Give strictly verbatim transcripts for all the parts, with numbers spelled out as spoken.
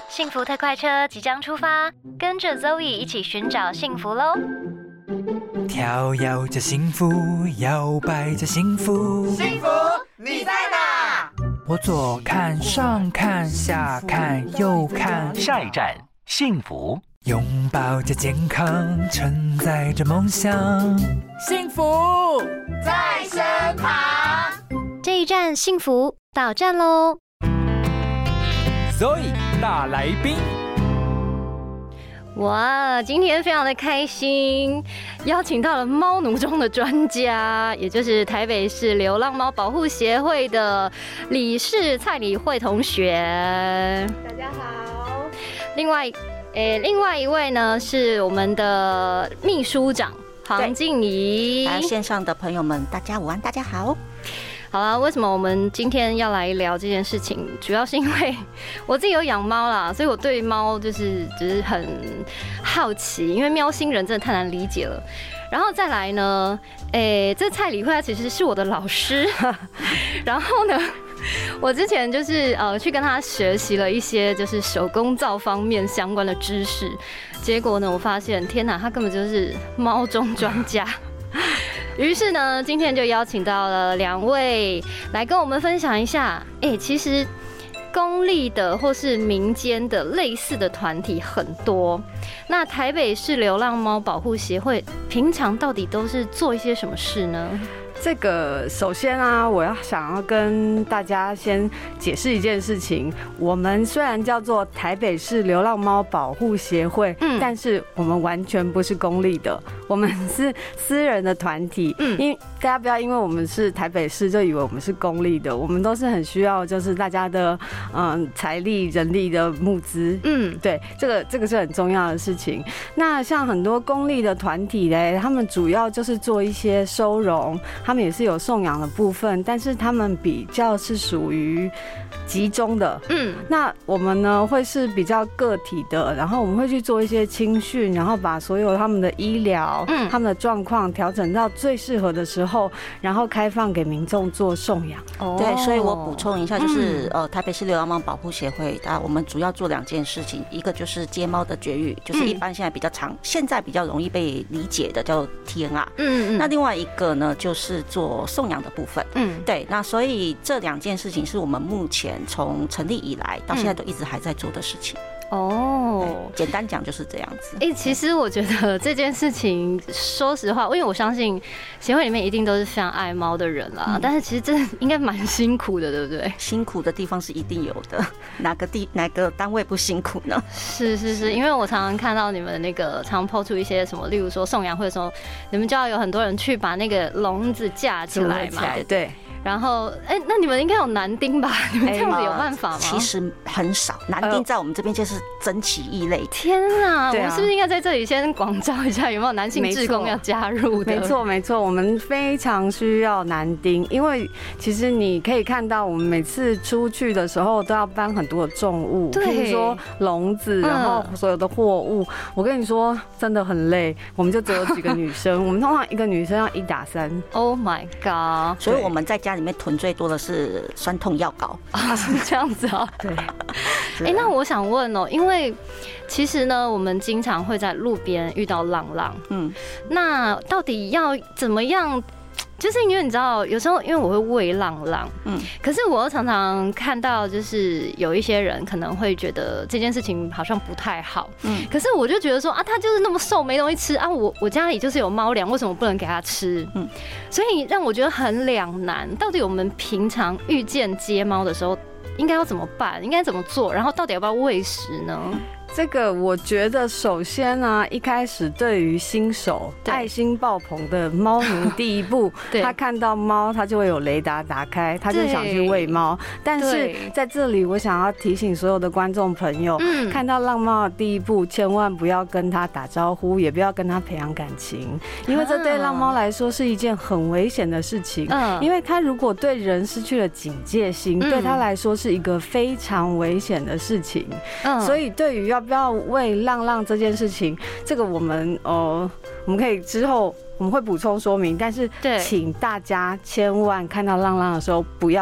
幸福特快车即将出发，跟着 Zoe 一起寻找幸福喽！ 跳跃着幸福，摇摆着幸福， 幸福你在哪？ 我左看上看下看右看， 下一站幸福， 拥抱着健康，承载着梦想， 幸福在身旁。 这一站幸福到站喽 Zoe 大来宾。 哇，今天非常的开心，邀请到了猫奴中的专家，也就是台北市流浪猫保护协会的理事蔡理慧同学。 大家好。 另外，诶，另外一位呢是我们的秘书长黄静怡。 还有线上的朋友们，大家午安，大家好。 好啦，为什么我们今天要来聊这件事情？主要是因为我自己有养猫啦，所以我对猫就是只是很好奇，因为喵星人真的太难理解了。然后再来呢，诶、欸，这蔡理慧她其实是我的老师，然后呢，我之前就是呃去跟他学习了一些就是手工皂方面相关的知识，结果呢，我发现天哪，他根本就是猫中专家。于是呢，今天就邀请到了两位来跟我们分享一下。哎、欸，其实公立的或是民间的类似的团体很多。那台北市流浪猫保护协会平常到底都是做一些什么事呢？ 这个首先啊，我要想要跟大家先解释一件事情。我们虽然叫做台北市流浪猫保护协会，嗯，但是我们完全不是公立的，我们是私人的团体。嗯，因为大家不要因为我们是台北市就以为我们是公立的，我们都是很需要就是大家的嗯财力人力的募资。嗯，对，这个这个是很重要的事情。那像很多公立的团体嘞，他们主要就是做一些收容。他们也是有送养的部分，但是他们比较是属于集中的。嗯，那我们呢会是比较个体的，然后我们会去做一些青训，然后把所有他们的医疗、嗯、他们的状况调整到最适合的时候，然后开放给民众做送养。 哦，对，所以我补充一下，就是、嗯、呃，台北市流浪猫保护协会啊，我们主要做两件事情，一个就是接猫的绝育，就是一般现在比较常、嗯、现在比较容易被理解的叫 T N R。嗯嗯。那另外一个呢，就是做送养的部分。嗯，对，那所以这两件事情是我们目前从成立以来到现在都一直还在做的事情。哦，简单讲就是这样子。 哎、欸，其实我觉得这件事情，说实话，因为我相信协会里面一定都是非常爱猫的人啦，嗯、但是其实真的应该蛮辛苦的，对不对？ 辛苦的地方是一定有的，哪个地哪个单位不辛苦呢？ 是是是，因为我常常看到你们那个常 po 出一些什么，例如说送养会的时候，你们就要有很多人去把那个笼子架起来嘛， 对。 然后，哎、欸，那你们应该有男丁吧？你们这样子有办法吗？ 其实很少，男丁在我们这边就是珍奇异类。 天啊，我们是不是应该在这里先广招一下，有没有男性志工要加入的？ 没错，没错，我们非常需要男丁，因为其实你可以看到，我们每次出去的时候都要搬很多的重物，譬如说笼子，然后所有的货物。嗯、我跟你说，真的很累，我们就只有几个女生，我们通常一个女生要一打三。 Oh my god！ 所以我们在家里面囤最多的是酸痛药膏啊，是这样子啊。 对。 哎、欸，那我想问哦、喔，因为其实呢，我们经常会在路边遇到浪浪，嗯，那到底要怎么样？就是因为你知道，有时候因为我会喂浪浪，嗯，可是我又常常看到，就是有一些人可能会觉得这件事情好像不太好，嗯，可是我就觉得说啊，他就是那么瘦，没东西吃啊，我我家里就是有猫粮，为什么不能给他吃？嗯，所以让我觉得很两难，到底我们平常遇见接猫的时候应该要怎么办？应该怎么做？然后到底要不要喂食呢？ 这个我觉得，首先呢、啊，一开始对于新手爱心爆棚的猫奴，第一步，他看到猫，他就会有雷达打开，他就想去喂猫。但是在这里，我想要提醒所有的观众朋友，嗯、看到浪猫的第一步，千万不要跟他打招呼，也不要跟他培养感情，因为这对浪猫来说是一件很危险的事情。嗯，因为他如果对人失去了警戒心，嗯、对他来说是一个非常危险的事情。嗯，所以对于要要不要喂浪浪这件事情，这个我们呃，我们可以之后我们会补充说明，但是请大家千万看到浪浪的时候不要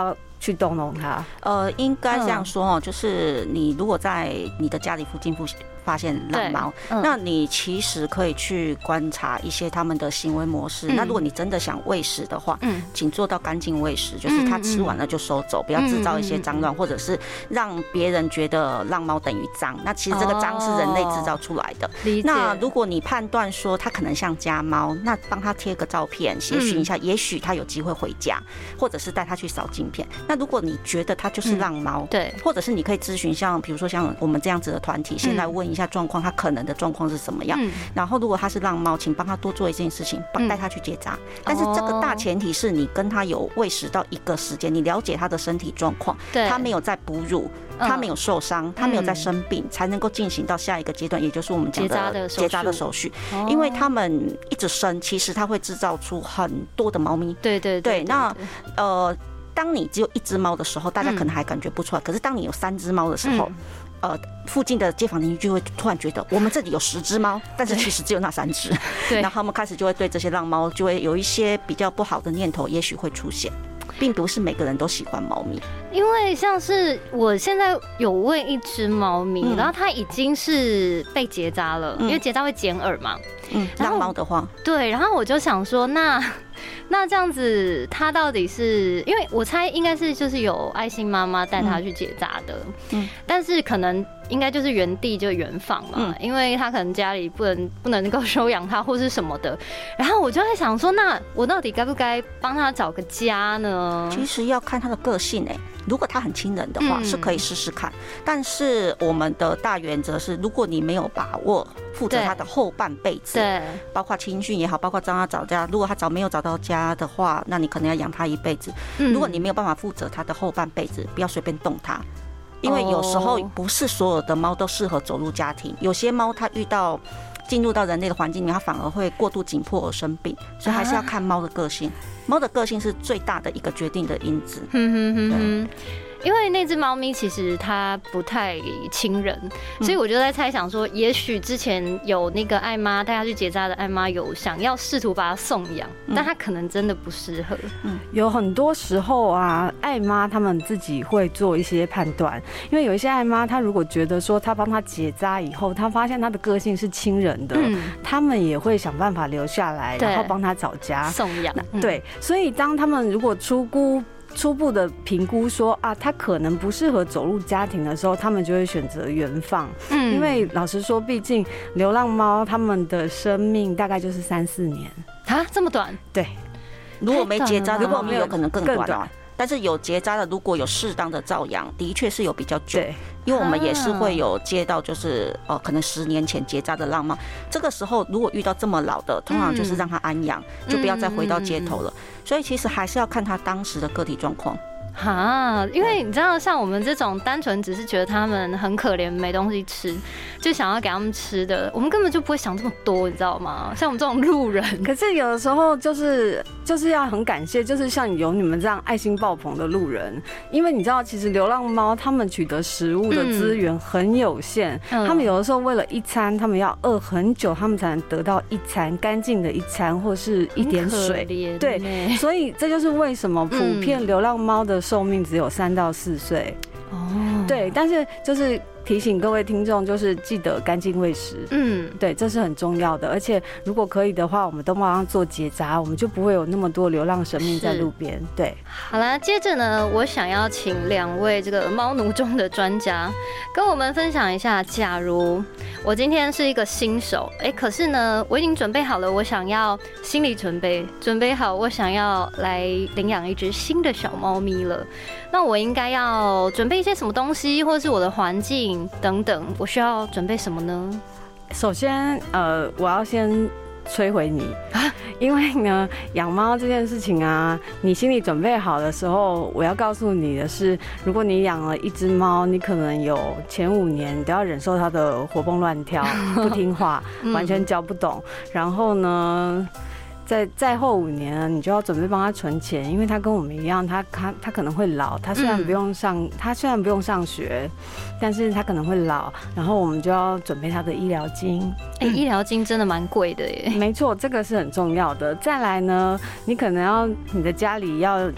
去逗弄它？ 呃，应该这样说哦，就是你如果在你的家里附近附发现浪猫，嗯、那你其实可以去观察一些他们的行为模式。嗯、那如果你真的想喂食的话，嗯，请做到干净喂食，就是它吃完了就收走，不要制造一些脏乱，或者是让别人觉得浪猫等于脏。那其实这个脏是人类制造出来的。哦、那如果你判断说它可能像家猫，那帮它贴个照片，协寻一下，嗯、也许它有机会回家，或者是带它去扫镜片。那如果你觉得它就是浪猫，嗯、对，或者是你可以咨询像比如说像我们这样子的团体，先来问一下状况，它可能的状况是什么样。嗯、然后如果它是浪猫，请帮它多做一件事情，带它去结扎。嗯、但是这个大前提是你跟它有喂食到一个时间，你了解它的身体状况，它没有在哺乳，它没有受伤，它没有在生病，才能够进行到下一个阶段，也就是我们讲的结扎的手续。因为他们一直生，其实它会制造出很多的猫咪。对对对，那呃。当你只有一只猫的时候，大家可能还感觉不出来。可是当你有三只猫的时候，呃，附近的街坊邻居就会突然觉得，我们这里有十只猫，但是其实只有那三只。然后他们开始就会对这些浪猫就会有一些比较不好的念头，也许会出现。并不是每个人都喜欢猫咪， 因为像是我现在有喂一只猫咪，嗯、然后它已经是被结扎了，嗯、因为结扎会剪耳嘛。 嗯，浪猫的话， 对，然后我就想说，那那这样子，它到底是因为我猜应该是就是有爱心妈妈带它去结扎的，嗯，但是可能应该就是原地就原放嘛，嗯、因为它可能家里不能不能够收养它或是什么的，然后我就在想说，那我到底该不该帮它找个家呢？ 其实要看它的个性哎、欸。如果他很亲人的话，是可以试试看。但是我们的大原则是，如果你没有把握负责他的后半辈子，对，包括青训也好，包括让他找家。如果他找没有找到家的话，那你可能要养他一辈子。如果你没有办法负责他的后半辈子，不要随便动他，因为有时候不是所有的猫都适合走入家庭，有些猫它遇到。进入到人类的环境里面，它反而会过度紧迫而生病，所以还是要看猫的个性。猫的个性是最大的一个决定的因子。 哼哼哼哼。因为那只猫咪其实它不太亲人，所以我就在猜想说，也许之前有那个爱妈带它去结扎的爱妈有想要试图把它送养，但它可能真的不适合。 嗯，有很多时候啊，爱妈他们自己会做一些判断，因为有一些爱妈，她如果觉得说她帮她结扎以后，她发现她的个性是亲人的，嗯、他们也会想办法留下来，然后帮她找家送养。 对，所以当他们如果出估。初步的评估说啊，他可能不适合走入家庭的时候，他们就会选择原放。嗯，因为老实说，毕竟流浪猫它们的生命大概就是三四年啊，这么短？ 对，如果没结扎的猫咪有可能更短啊。但是有结扎的，如果有适当的照养，的确是有比较久。因为我们也是会有接到，就是哦，可能十年前结扎的浪猫，这个时候如果遇到这么老的，通常就是让它安养，就不要再回到街头了。所以其实还是要看它当时的个体状况。 哈，因为你知道，像我们这种单纯只是觉得他们很可怜，没东西吃，就想要给他们吃的，我们根本就不会想这么多，你知道吗？像我们这种路人， 可是有的时候就是就是要很感谢，就是像有你们这样爱心爆棚的路人，因为你知道，其实流浪猫他们取得食物的资源很有限，嗯、他们有的时候为了一餐，他们要饿很久，他们才能得到一餐干净的一餐或是一点水。对，所以这就是为什么普遍流浪猫的寿命只有三到四岁。哦，对，但是就是提醒各位听众，就是记得干净喂食。嗯，对，这是很重要的。而且如果可以的话，我们都帮它做结扎，我们就不会有那么多流浪生命在路边。对， 好啦，接着呢，我想要请两位这个猫奴中的专家跟我们分享一下，假如我今天是一个新手，哎、欸，可是呢，我已经准备好了，我想要心理准备，准备好我想要来领养一只新的小猫咪了。那我应该要准备一些什么东西，或者是我的环境等等，我需要准备什么呢？ 首先，呃，我要先摧毁你，因为呢，养猫这件事情啊，你心里准备好的时候，我要告诉你的是，如果你养了一只猫，你可能有前五年你都要忍受它的活蹦乱跳、不听话、完全教不懂，然后呢。在再后五年，你就要准备帮他存钱，因为他跟我们一样，他他他可能会老，他虽然不用上，他虽然不用上学，但是他可能会老，然后我们就要准备他的医疗金。 哎、欸，医疗金真的蛮贵的耶。 没错，这个是很重要的。再来呢，你可能要你的家里要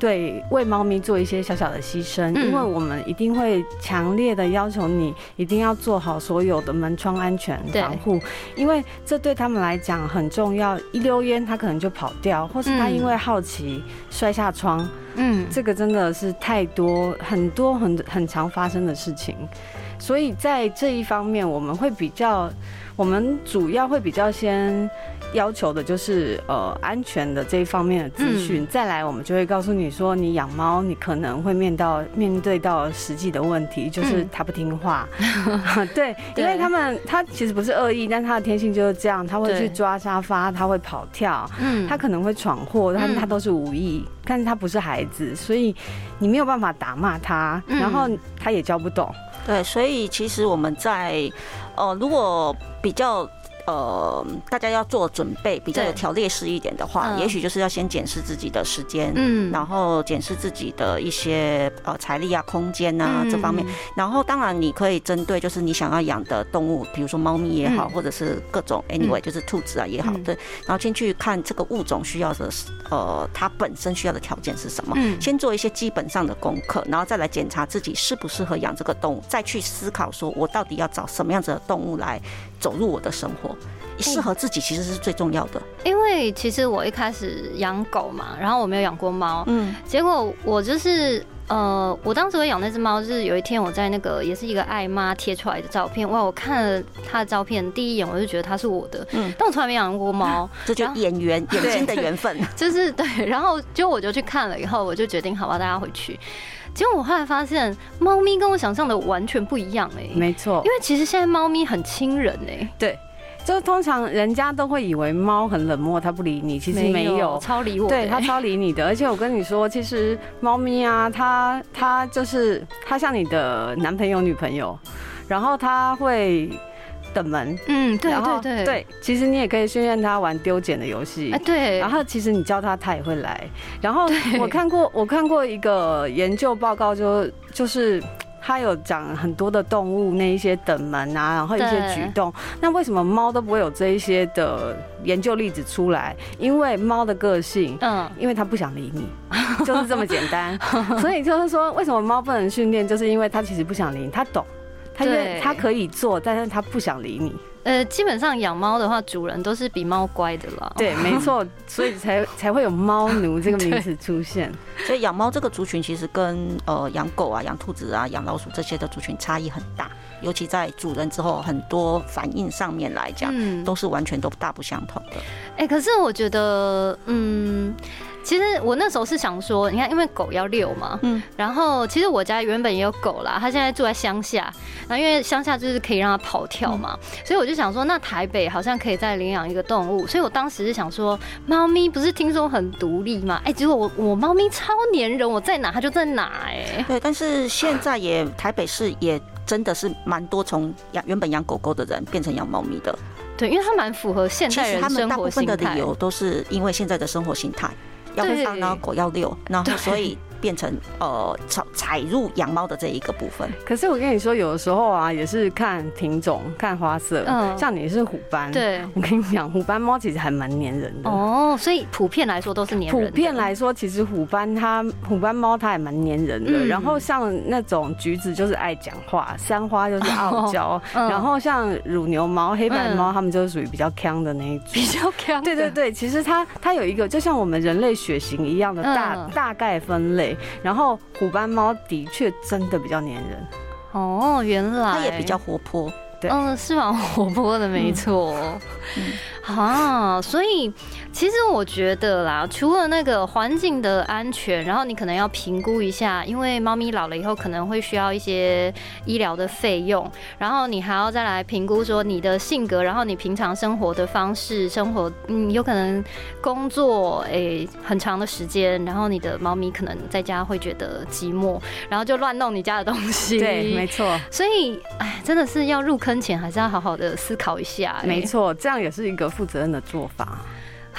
对为猫咪做一些小小的牺牲，因为我们一定会强烈的要求你一定要做好所有的门窗安全防护，因为这对他们来讲很重要。一溜烟它可能就跑掉，或是它因为好奇摔下窗，嗯，这个真的是太多很多很很常发生的事情。所以在这一方面，我们会比较，我们主要会比较先要求的就是呃安全的这一方面的资讯，嗯、再来我们就会告诉你说，你养猫你可能会面到面对到实际的问题，就是它不听话，嗯、对，因为他们它其实不是恶意，但它的天性就是这样，它会去抓沙发，它会跑跳，嗯，它可能会闯祸，但它都是无意，但是它不是孩子，所以你没有办法打骂它，然后它也教不懂。 对，所以其实我们在，呃，如果比较。呃，大家要做准备，比较有条列式一点的话，也许就是要先检视自己的时间，嗯，然后检视自己的一些呃财力啊、空间啊这方面，然后当然你可以针对就是你想要养的动物，比如说猫咪也好，或者是各种 anyway 就是兔子啊也好，对，然后先去看这个物种需要的呃它本身需要的条件是什么，先做一些基本上的功课，然后再来检查自己适不适合养这个动物，再去思考说我到底要找什么样子的动物来走入我的生活。适合自己其实是最重要的， 因为其实我一开始养狗嘛，然后我没有养过猫，嗯，结果我就是呃，我当时会养那只猫，就是有一天我在那个也是一个爱妈贴出来的照片，哇，我看了它的照片，第一眼我就觉得它是我的，嗯，但我从来没养过猫， 这就眼缘眼睛的缘分， 就是对，然后就我就去看了以后，我就决定好吧，大家回去。结果我后来发现，猫咪跟我想象的完全不一样哎、欸， 没错， 因为其实现在猫咪很亲人哎、欸， 对。就通常人家都会以为猫很冷漠，它不理你，其实没有， 有超理我的、欸， 对，它超理你的。而且我跟你说，其实猫咪啊，它它就是它像你的男朋友、女朋友，然后它会等门， 嗯，对对对对，其实你也可以训练它玩丢捡的游戏， 哎，对， 然后其实你教它，它也会来。然后我看过，我看过一个研究报告就，就就是。他有讲很多的动物那一些等门啊，然后一些举动。那为什么猫都不会有这一些的研究例子出来？因为猫的个性，嗯，因为它不想理你，就是这么简单。所以就是说，为什么猫不能训练，就是因为它其实不想理你，它懂，它它可以做，但是它不想理你。 呃，基本上养猫的话，主人都是比猫乖的啦。 对，没错，所以才才会有猫奴这个名词出现。 所以养猫这个族群其实跟呃养狗啊、养兔子啊、养老鼠这些的族群差异很大，尤其在主人之后，很多反应上面来讲，嗯、都是完全都大不相同的。 哎、欸，可是我觉得，嗯。其实我那时候是想说，你看，因为狗要遛嘛，嗯，然后其实我家原本也有狗啦，它现在住在乡下，然后因为乡下就是可以让它跑跳嘛，嗯、所以我就想说，那台北好像可以再领养一个动物，所以我当时是想说，猫咪不是听说很独立吗？哎、欸，结果我我猫咪超黏人，我在哪它就在哪、欸，哎， 对，但是现在也台北市也真的是蛮多从养原本养狗狗的人变成养猫咪的， 对，因为它蛮符合现代人生活形态，其实他们大部分的理由都是因为现在的生活形态。要会放，然后狗要遛，然后所以变成呃踩入养猫的这一个部分。 可是我跟你说，有的时候啊，也是看品种、看花色。嗯，像你是虎斑，对，我跟你讲，虎斑猫其实还蛮黏人的。 哦，所以普遍来说都是黏人的。 普遍来说，其实虎斑它虎斑猫它也蛮黏人的。嗯、然后像那种橘子就是爱讲话，三花就是傲娇，哦嗯、然后像乳牛猫、黑白猫，它们就是属于比较鏘的那一种。 比较鏘。 对对对，其实它它有一个就像我们人类血型一样的大、嗯、大概分类。然后虎斑猫的确真的比较黏人哦，原来它也比较活泼， 对， 嗯，是蛮活泼的，没错。嗯啊，所以其实我觉得啦，除了那个环境的安全，然后你可能要评估一下，因为猫咪老了以后可能会需要一些医疗的费用，然后你还要再来评估说你的性格，然后你平常生活的方式，生活嗯有可能工作诶、欸、很长的时间，然后你的猫咪可能在家会觉得寂寞，然后就乱弄你家的东西。 对，没错。 所以哎，真的是要入坑前还是要好好的思考一下、欸。 没错，这样也是一个负责任的做法。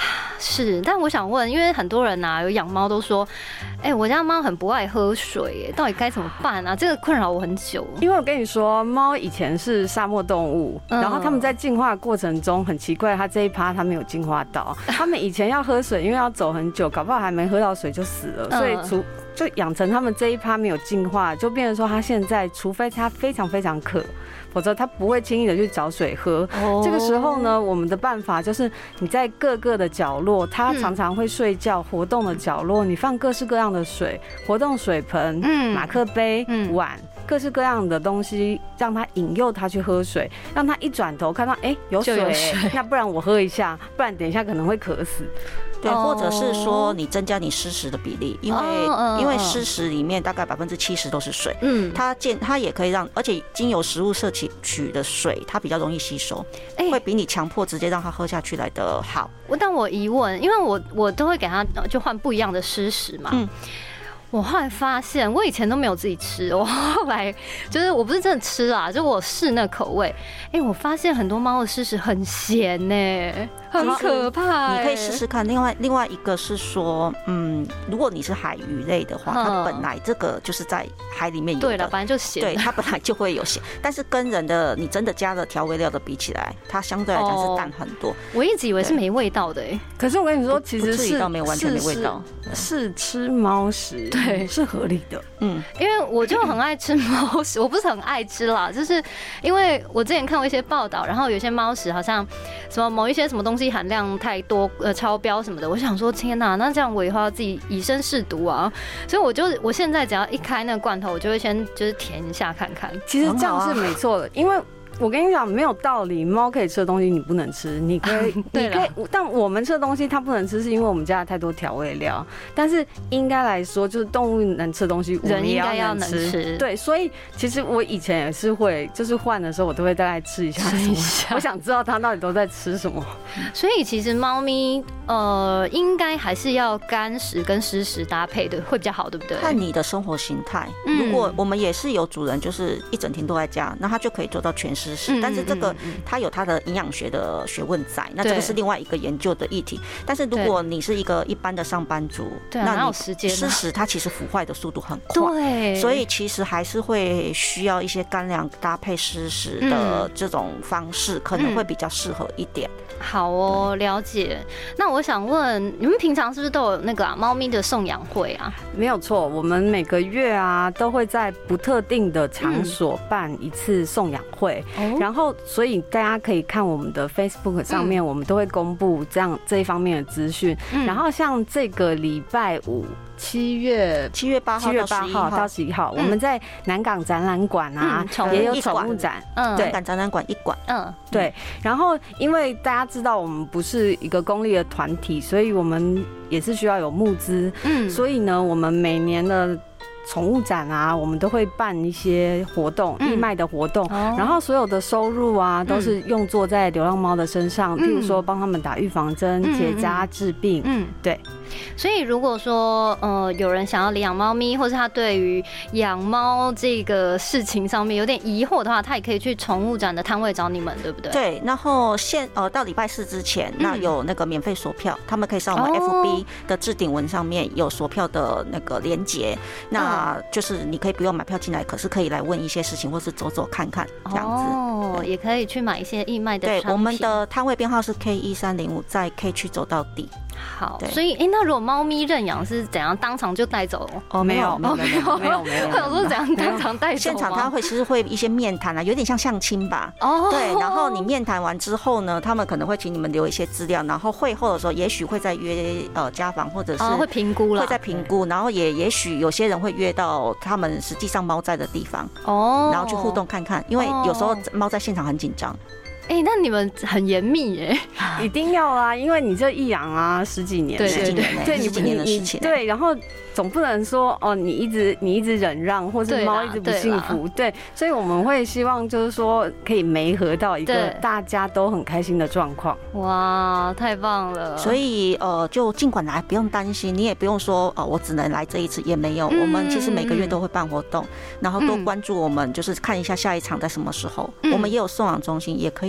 是，但我想问，因为很多人啊有养猫都说，哎、欸，我家猫很不爱喝水，哎，到底该怎么办啊？这个困扰我很久。 因为我跟你说，猫以前是沙漠动物，嗯、然后它们在进化的过程中很奇怪，它这一趴它没有进化到。它们以前要喝水，因为要走很久，搞不好还没喝到水就死了，所以除就养成它们这一趴没有进化，就变成说它现在除非它非常非常渴，否则它不会轻易的去找水喝。这个时候呢，我们的办法就是你在各个的角落，它常常会睡觉活动的角落，你放各式各样的水，活动水盆、马克杯、碗。各式各样的东西，让它引诱它去喝水，让它一转头看到哎、欸、有水、欸，那不然我喝一下，不然等一下可能会渴死。 对，或者是说你增加你湿食的比例，因为因为湿食里面大概百分之七十都是水，嗯，它健它也可以让，而且经由食物摄取取的水，它比较容易吸收，会比你强迫直接让它喝下去来的好。 但我疑问，因为我我都会给它就换不一样的湿食嘛，嗯。我后来发现，我以前都没有自己吃，我后来就是我不是真的吃啦，就我试那口味，哎、欸，我发现很多猫的湿食很咸呢、欸，很可怕、欸。 你可以试试看。另外，另外一个是说，嗯，如果你是海鱼类的话，它本来这个就是在海里面有的， 对了，本来就咸， 对，它本来就会有咸，但是跟人的你真的加了调味料的比起来，它相对来讲是淡很多。哦、 我一直以为是没味道的、欸，哎， 可是我跟你说，其实是没有完全没味道， 是吃猫食。对，是合理的。 嗯，因为我就很爱吃猫食，我不是很爱吃啦，就是因为我之前看过一些报道，然后有些猫食好像什么某一些什么东西含量太多，呃，超标什么的。我想说，天哪，那这样我以后要自己以身试毒啊！所以我就我现在只要一开那个罐头，我就会先就是填一下看看。 其实这样是没错的，因为。我跟你讲，没有道理。猫可以吃的东西你不能吃，你可以，你可以，但我们吃的东西它不能吃，是因为我们加了太多调味料。但是应该来说，就是动物能吃的东西，我们也要能吃。对，所以其实我以前也是会，就是换的时候，我都会大概吃一下，吃一下。我想知道它到底都在吃什么。 所以其实猫咪呃，应该还是要干食跟湿食搭配的会比较好，对不对？ 看你的生活形态。如果我们也是有主人，就是一整天都在家，那他就可以做到全湿。但是这个它有它的营养学的学问在，那这个是另外一个研究的议题。但是如果你是一个一般的上班族，那你湿食它其实腐坏的速度很快，对，所以其实还是会需要一些干粮搭配湿食的这种方式，可能会比较适合一点。 好哦，了解。那我想问，你们平常是不是都有那个啊猫咪的送养会啊？ 没有错，我们每个月啊都会在不特定的场所办一次送养会。嗯，然后，所以大家可以看我们的 Facebook 上面，我们都会公布这样这一方面的资讯。然后，像这个礼拜五。七月七月八号七月八号到十一号，我们在南港展览馆啊，也有宠物展。 嗯，南港展览馆一馆。嗯， 对。然后，因为大家知道我们不是一个公立的团体，所以我们也是需要有募资。嗯，所以呢，我们每年的宠物展啊，我们都会办一些活动，义卖的活动，然后所有的收入啊，都是用作在流浪猫的身上，譬如说帮他们打预防针、结扎、治病。嗯，对。 所以如果说呃有人想要领养猫咪，或是他对于养猫这个事情上面有点疑惑的话，他也可以去宠物展的摊位找你们，对不对？ 对。然后现呃到礼拜四之前，那有那个免费索票，他们可以上我们 F B 的置顶文上面有索票的那个连结，那就是你可以不用买票进来，可是可以来问一些事情，或是走走看看这样子。 哦，也可以去买一些义卖的商品。 对，我们的摊位编号是 K 一三零五，在 K 区走到底。 好，所以哎、欸，那如果猫咪认养是怎样？当场就带走？ 哦，没有，没有，没有，没有，没有。 我想说怎样当场带走？ 现场他会其实会一些面谈啊，有点像相亲吧。哦，对。然后你面谈完之后呢，他们可能会请你们留一些资料，然后会后的时候，也许会再约呃家访，或者是会评估了， 会再评估，然后也也许有些人会约到他们实际上猫在的地方哦，然后去互动看看，因为有时候猫在现场很紧张。 哎、欸，那你们很严密耶， 一定要啊，因为你这一养啊十几年， 对对对， 对十几年的事情， 对，然后总不能说哦，你一直你一直忍让，或是猫一直不幸福，对，所以我们会希望就是说可以媒合到一个大家都很开心的状况。 哇，太棒了！ 所以呃，就尽管来，不用担心，你也不用说哦、呃，我只能来这一次，也没有，嗯、我们其实每个月都会办活动，然后多关注我们，就是看一下下一场在什么时候。嗯、我们也有送养中心，也可以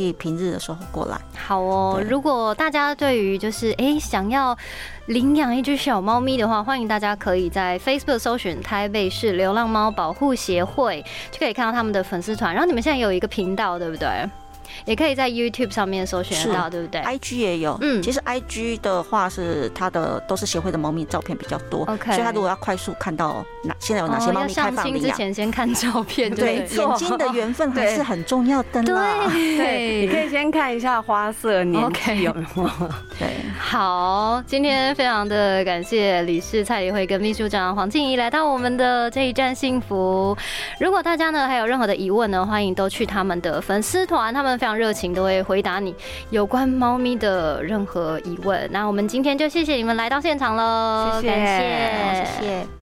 以平日的时候过来。 好哦，如果大家对于就是哎、欸、想要领养一只小猫咪的话，欢迎大家可以在 Facebook 搜寻台北市流浪猫保护协会，就可以看到他们的粉丝团。然后你们现在有一个频道，对不对？也可以在 YouTube 上面搜寻得到，对不对 ？I G 也有，嗯，其实 I G 的话是它的都是协会的猫咪照片比较多 ，OK， 所以它如果要快速看到哪现在有哪些猫咪开放领养， 哦、之前先看照片， 对，眼睛的缘分还是很重要的啦。 对， 你可以先看一下花色年纪有没有。 对， 好，今天非常的感谢理事蔡理惠跟秘书长黄静怡来到我们的这一站幸福。如果大家呢还有任何的疑问呢，欢迎都去他们的粉丝团，他们非常热情，都会回答你有关猫咪的任何疑问。那我们今天就谢谢你们来到现场了， 谢谢， 感谢， 谢谢。